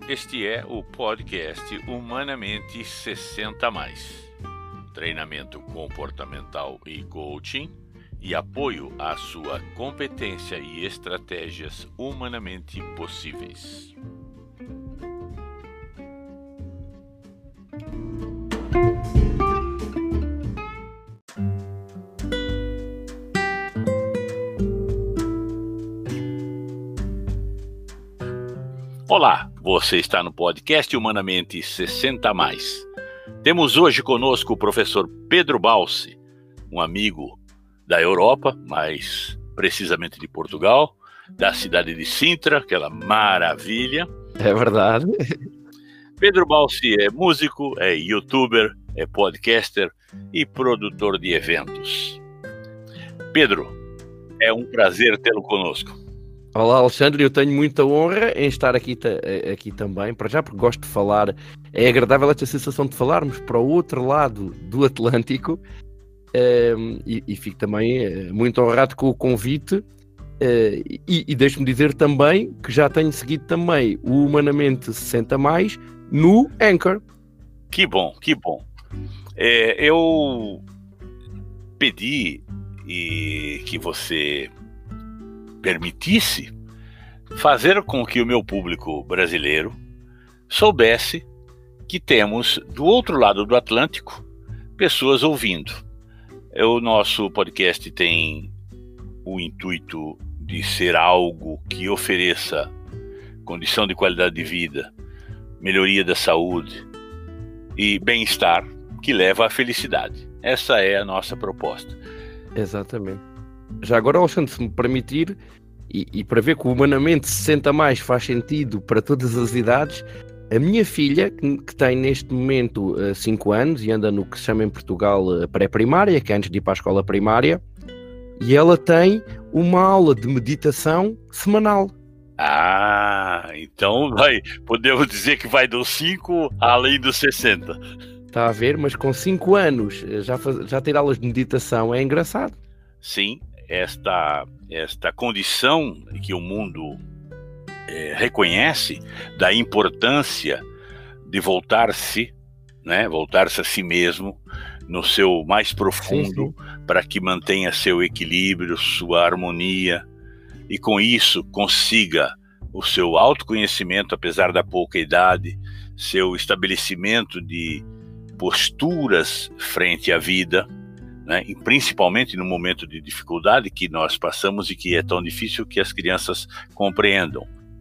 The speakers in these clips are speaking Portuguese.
Este é o podcast Humanamente 60+. Treinamento comportamental e coaching e apoio à sua competência e estratégias humanamente possíveis. Olá, você está no podcast Humanamente 60+. Temos hoje conosco o professor Pedro Balsi, um amigo da Europa, mais precisamente de Portugal, da cidade de Sintra, aquela maravilha. É verdade. Pedro Balsi é músico, é youtuber, é podcaster e produtor de eventos. Pedro, é um prazer tê-lo conosco. Olá, Alexandre, eu tenho muita honra em estar aqui também, para já porque gosto de falar, é agradável esta sensação de falarmos para o outro lado do Atlântico e fico também muito honrado com o convite e deixe-me dizer também que já tenho seguido também o Humanamente 60+, no Anchor. Que bom, que bom. Eu pedi que você permitisse fazer com que o meu público brasileiro soubesse que temos do outro lado do Atlântico pessoas ouvindo. O nosso podcast tem o intuito de ser algo que ofereça condição de qualidade de vida, melhoria da saúde e bem-estar que leva à felicidade. Essa é a nossa proposta. Exatamente. Já agora, Alexandre, se me permitir, e para ver que o Humanamente 60+ faz sentido para todas as idades, a minha filha, que tem neste momento 5 anos e anda no que se chama em Portugal a pré-primária, que é antes de ir para a escola primária, e ela tem uma aula de meditação semanal. Então podemos dizer que vai dos 5 além dos 60. Está a ver, mas com 5 anos já ter aulas de meditação é engraçado. Sim, esta condição que o mundo reconhece da importância de voltar-se a si mesmo no seu mais profundo, para que mantenha seu equilíbrio, sua harmonia e com isso consiga o seu autoconhecimento, apesar da pouca idade, seu estabelecimento de posturas frente à vida, e principalmente no momento de dificuldade que nós passamos e que é tão difícil que as crianças compreendam.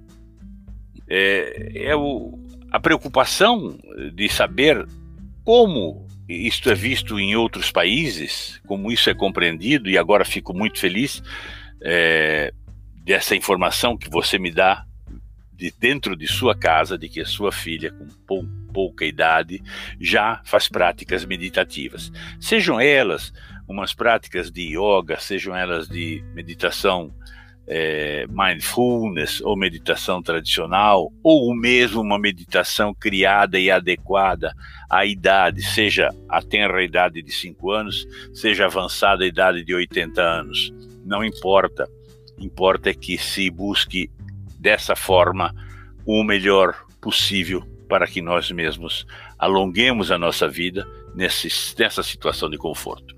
A preocupação de saber como isto é visto em outros países, como isso é compreendido, e agora fico muito feliz dessa informação que você me dá de dentro de sua casa, de que a sua filha com pouca idade já faz práticas meditativas. Sejam elas umas práticas de yoga, sejam elas de meditação mindfulness ou meditação tradicional, ou mesmo uma meditação criada e adequada à idade, seja a tenra idade de 5 anos, seja avançada a idade de 80 anos. Não importa. Importa é que se busque dessa forma o melhor possível para que nós mesmos alonguemos a nossa vida nessa situação de conforto.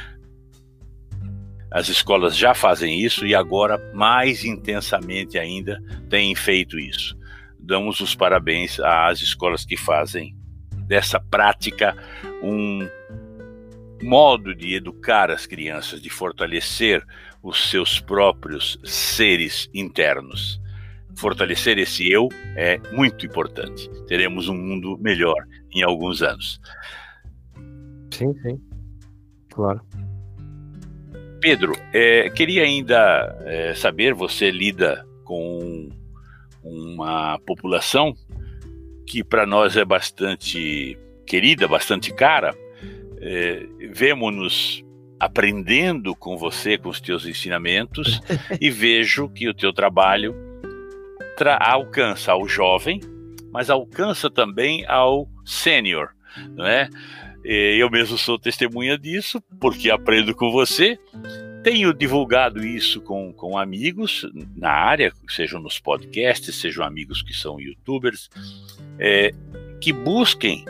As escolas já fazem isso e agora mais intensamente ainda têm feito isso. Damos os parabéns às escolas que fazem dessa prática um modo de educar as crianças, de fortalecer os seus próprios seres internos. Fortalecer esse eu é muito importante. Teremos um mundo melhor em alguns anos. Sim, claro. Pedro, queria ainda saber, você lida com uma população que para nós é bastante querida, bastante cara. Vemo-nos aprendendo com você, com os teus ensinamentos, e vejo que o teu trabalho alcança ao jovem, mas alcança também ao sênior, não é? Eu mesmo sou testemunha disso, porque aprendo com você, Tenho divulgado isso com amigos na área, sejam nos podcasts, sejam amigos que são youtubers, que busquem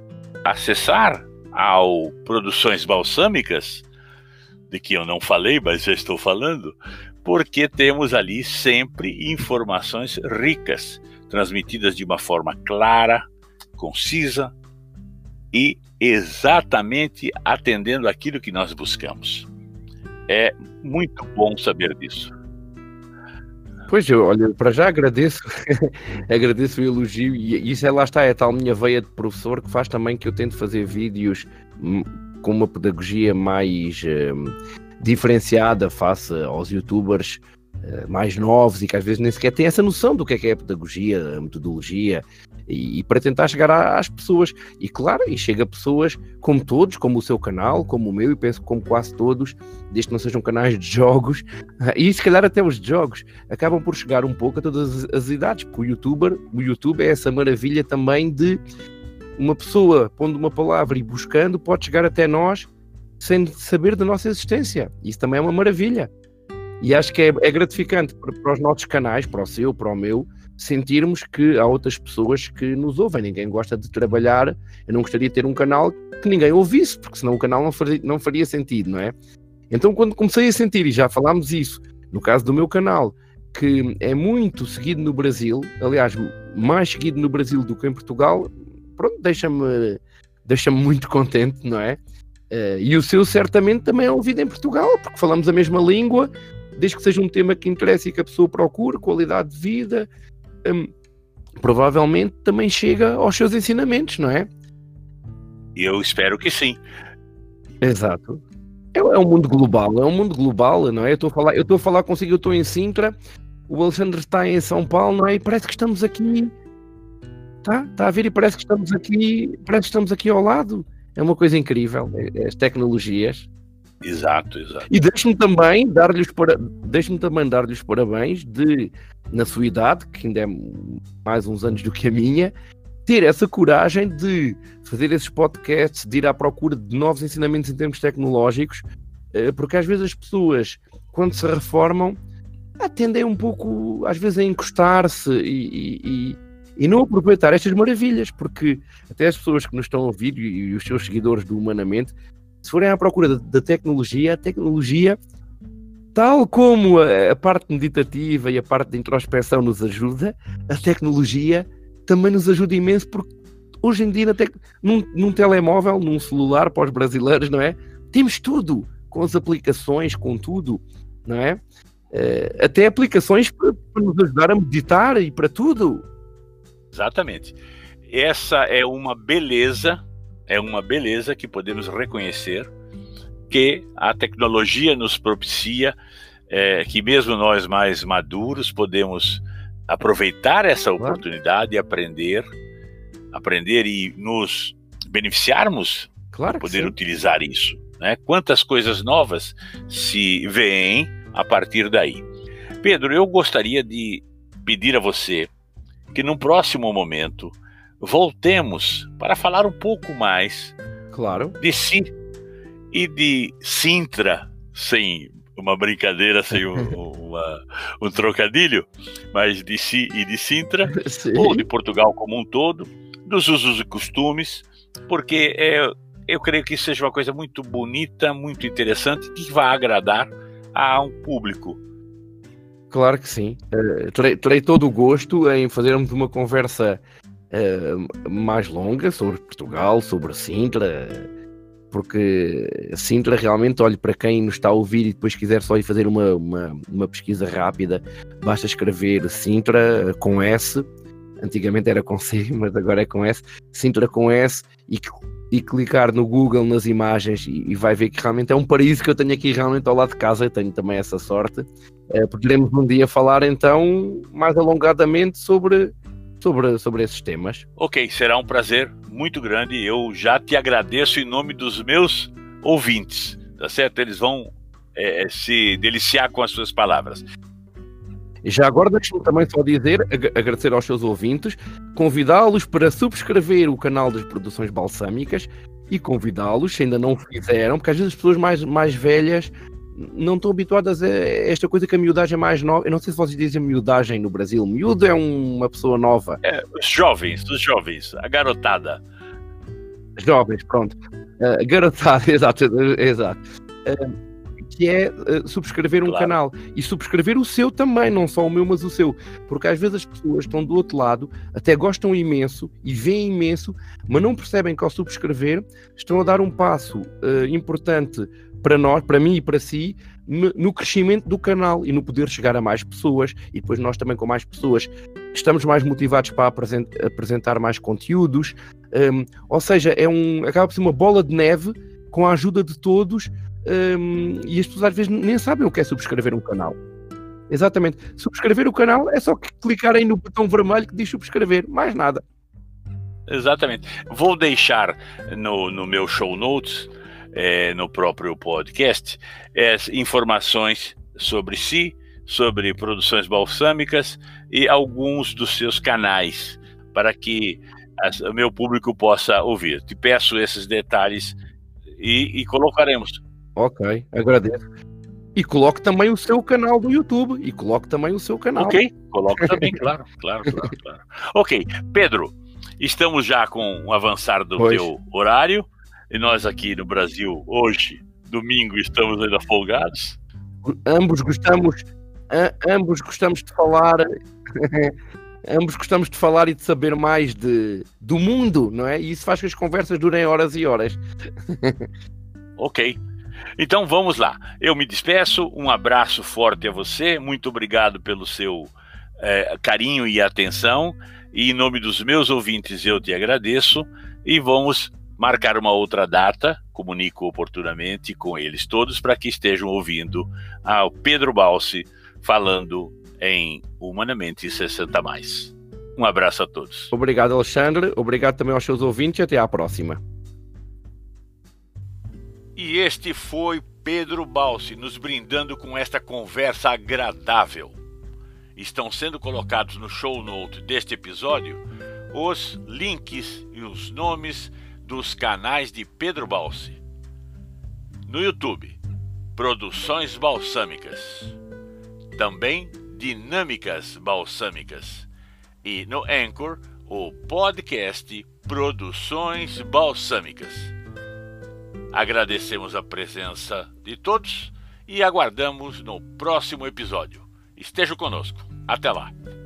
acessar ao Produções Balsâmicas, de que eu não falei, mas já estou falando, porque temos ali sempre informações ricas, transmitidas de uma forma clara, concisa e exatamente atendendo aquilo que nós buscamos. É muito bom saber disso. Pois, olha, para já agradeço, agradeço o elogio, e isso lá está, é a tal minha veia de professor que faz também que eu tento fazer vídeos com uma pedagogia mais diferenciada face aos youtubers mais novos e que às vezes nem sequer têm essa noção do que é a pedagogia, a metodologia, e para tentar chegar às pessoas. E claro, e chega a pessoas como todos, como o seu canal, como o meu, e penso como quase todos, desde que não sejam canais de jogos, e se calhar até os de jogos, acabam por chegar um pouco a todas as idades, porque o YouTube é essa maravilha também de uma pessoa pondo uma palavra e buscando, pode chegar até nós sem saber da nossa existência. Isso também é uma maravilha. E acho que é gratificante para os nossos canais, para o seu, para o meu, sentirmos que há outras pessoas que nos ouvem. Ninguém gosta de trabalhar. Eu não gostaria de ter um canal que ninguém ouvisse, porque senão o canal não faria sentido, não é? Então, quando comecei a sentir, e já falámos isso, no caso do meu canal, que é muito seguido no Brasil, aliás, mais seguido no Brasil do que em Portugal, pronto, deixa-me muito contente, não é? E o seu certamente também é ouvido em Portugal, porque falamos a mesma língua, desde que seja um tema que interessa e que a pessoa procure, qualidade de vida, provavelmente também chega aos seus ensinamentos, não é? Eu espero que sim. Exato. É um mundo global, não é? Eu estou a falar consigo, eu estou em Sintra, o Alexandre está em São Paulo, não é? E parece que estamos aqui, está a ver, e parece que estamos aqui ao lado. É uma coisa incrível, as tecnologias. Exato. E deixe-me também dar-lhes parabéns de, na sua idade, que ainda é mais uns anos do que a minha, ter essa coragem de fazer esses podcasts, de ir à procura de novos ensinamentos em termos tecnológicos, porque às vezes as pessoas, quando se reformam, tendem um pouco, às vezes, a encostar-se e não aproveitar estas maravilhas, porque até as pessoas que nos estão a ouvir e os seus seguidores do Humanamente, se forem à procura da tecnologia, a tecnologia, tal como a parte meditativa e a parte de introspeção nos ajuda, a tecnologia também nos ajuda imenso, porque hoje em dia num telemóvel, num celular para os brasileiros, não é? Temos tudo, com as aplicações, com tudo, não é? Até aplicações para nos ajudar a meditar e para tudo. Exatamente. Essa é uma beleza que podemos reconhecer, que a tecnologia nos propicia, que mesmo nós mais maduros podemos aproveitar essa oportunidade e aprender e nos beneficiarmos Claro de poder sim. utilizar isso, né? Quantas coisas novas se vêem a partir daí. Pedro, eu gostaria de pedir a você que num próximo momento voltemos para falar um pouco mais Claro. de si e de Sintra, sem uma brincadeira, sem um trocadilho, mas de si e de Sintra, Sim. ou de Portugal como um todo, dos usos e costumes, porque eu creio que isso seja uma coisa muito bonita, muito interessante, que vai agradar a um público. Claro que sim. Terei todo o gosto em fazermos uma conversa mais longa sobre Portugal, sobre Sintra, porque Sintra realmente, olha, para quem nos está a ouvir e depois quiser só ir fazer uma pesquisa rápida, basta escrever Sintra com S, antigamente era com C, mas agora é com S, Sintra com S, e clicar no Google nas imagens e vai ver que realmente é um paraíso que eu tenho aqui realmente ao lado de casa. Eu tenho também essa sorte. Poderemos um dia falar então mais alongadamente sobre esses temas. Ok, será um prazer muito grande. Eu já te agradeço em nome dos meus ouvintes, tá certo? Eles vão se deliciar com as suas palavras. E já agora deixe-me também só dizer, agradecer aos seus ouvintes, convidá-los para subscrever o canal das Produções Balsâmicas e convidá-los, se ainda não o fizeram, porque às vezes as pessoas mais velhas não estão habituadas a esta coisa que a miudagem mais nova. Eu não sei se vocês dizem miudagem no Brasil. Miúdo é uma pessoa nova. Os jovens, a garotada. Jovens, pronto. Garotada, exato. Que é subscrever um canal e subscrever o seu também, não só o meu, mas o seu, porque às vezes as pessoas estão do outro lado, até gostam imenso e veem imenso, mas não percebem que ao subscrever estão a dar um passo importante para nós, para mim e para si, no crescimento do canal e no poder chegar a mais pessoas, e depois nós também com mais pessoas estamos mais motivados para apresentar mais conteúdos, ou seja, acaba por ser uma bola de neve com a ajuda de todos. E as pessoas às vezes nem sabem o que é subscrever um canal. Exatamente. Subscrever o canal é só clicarem no botão vermelho que diz subscrever, mais nada. Exatamente. Vou deixar no meu show notes, no próprio podcast, as informações sobre si, sobre produções balsâmicas e alguns dos seus canais, para que o meu público possa ouvir. Te peço esses detalhes e colocaremos. Ok, agradeço. E coloque também o seu canal do YouTube. Ok, coloco também, claro. Ok, Pedro, estamos já com o avançar do teu horário. E nós aqui no Brasil, hoje, domingo, estamos ainda folgados. Ambos gostamos de falar... Ambos gostamos de falar e de saber mais do mundo, não é? E isso faz que as conversas durem horas e horas. Ok. Então vamos lá, eu me despeço, um abraço forte a você, muito obrigado pelo seu carinho e atenção, e em nome dos meus ouvintes eu te agradeço, e vamos marcar uma outra data, comunico oportunamente com eles todos, para que estejam ouvindo ao Pedro Balsi falando em Humanamente 60+. Um abraço a todos. Obrigado, Alexandre, obrigado também aos seus ouvintes e até à próxima. E este foi Pedro Balsi nos brindando com esta conversa agradável. Estão sendo colocados no show note deste episódio os links e os nomes dos canais de Pedro Balsi. No YouTube, Produções Balsâmicas. Também Dinâmicas Balsâmicas. E no Anchor, o podcast Produções Balsâmicas. Agradecemos a presença de todos e aguardamos no próximo episódio. Esteja conosco. Até lá.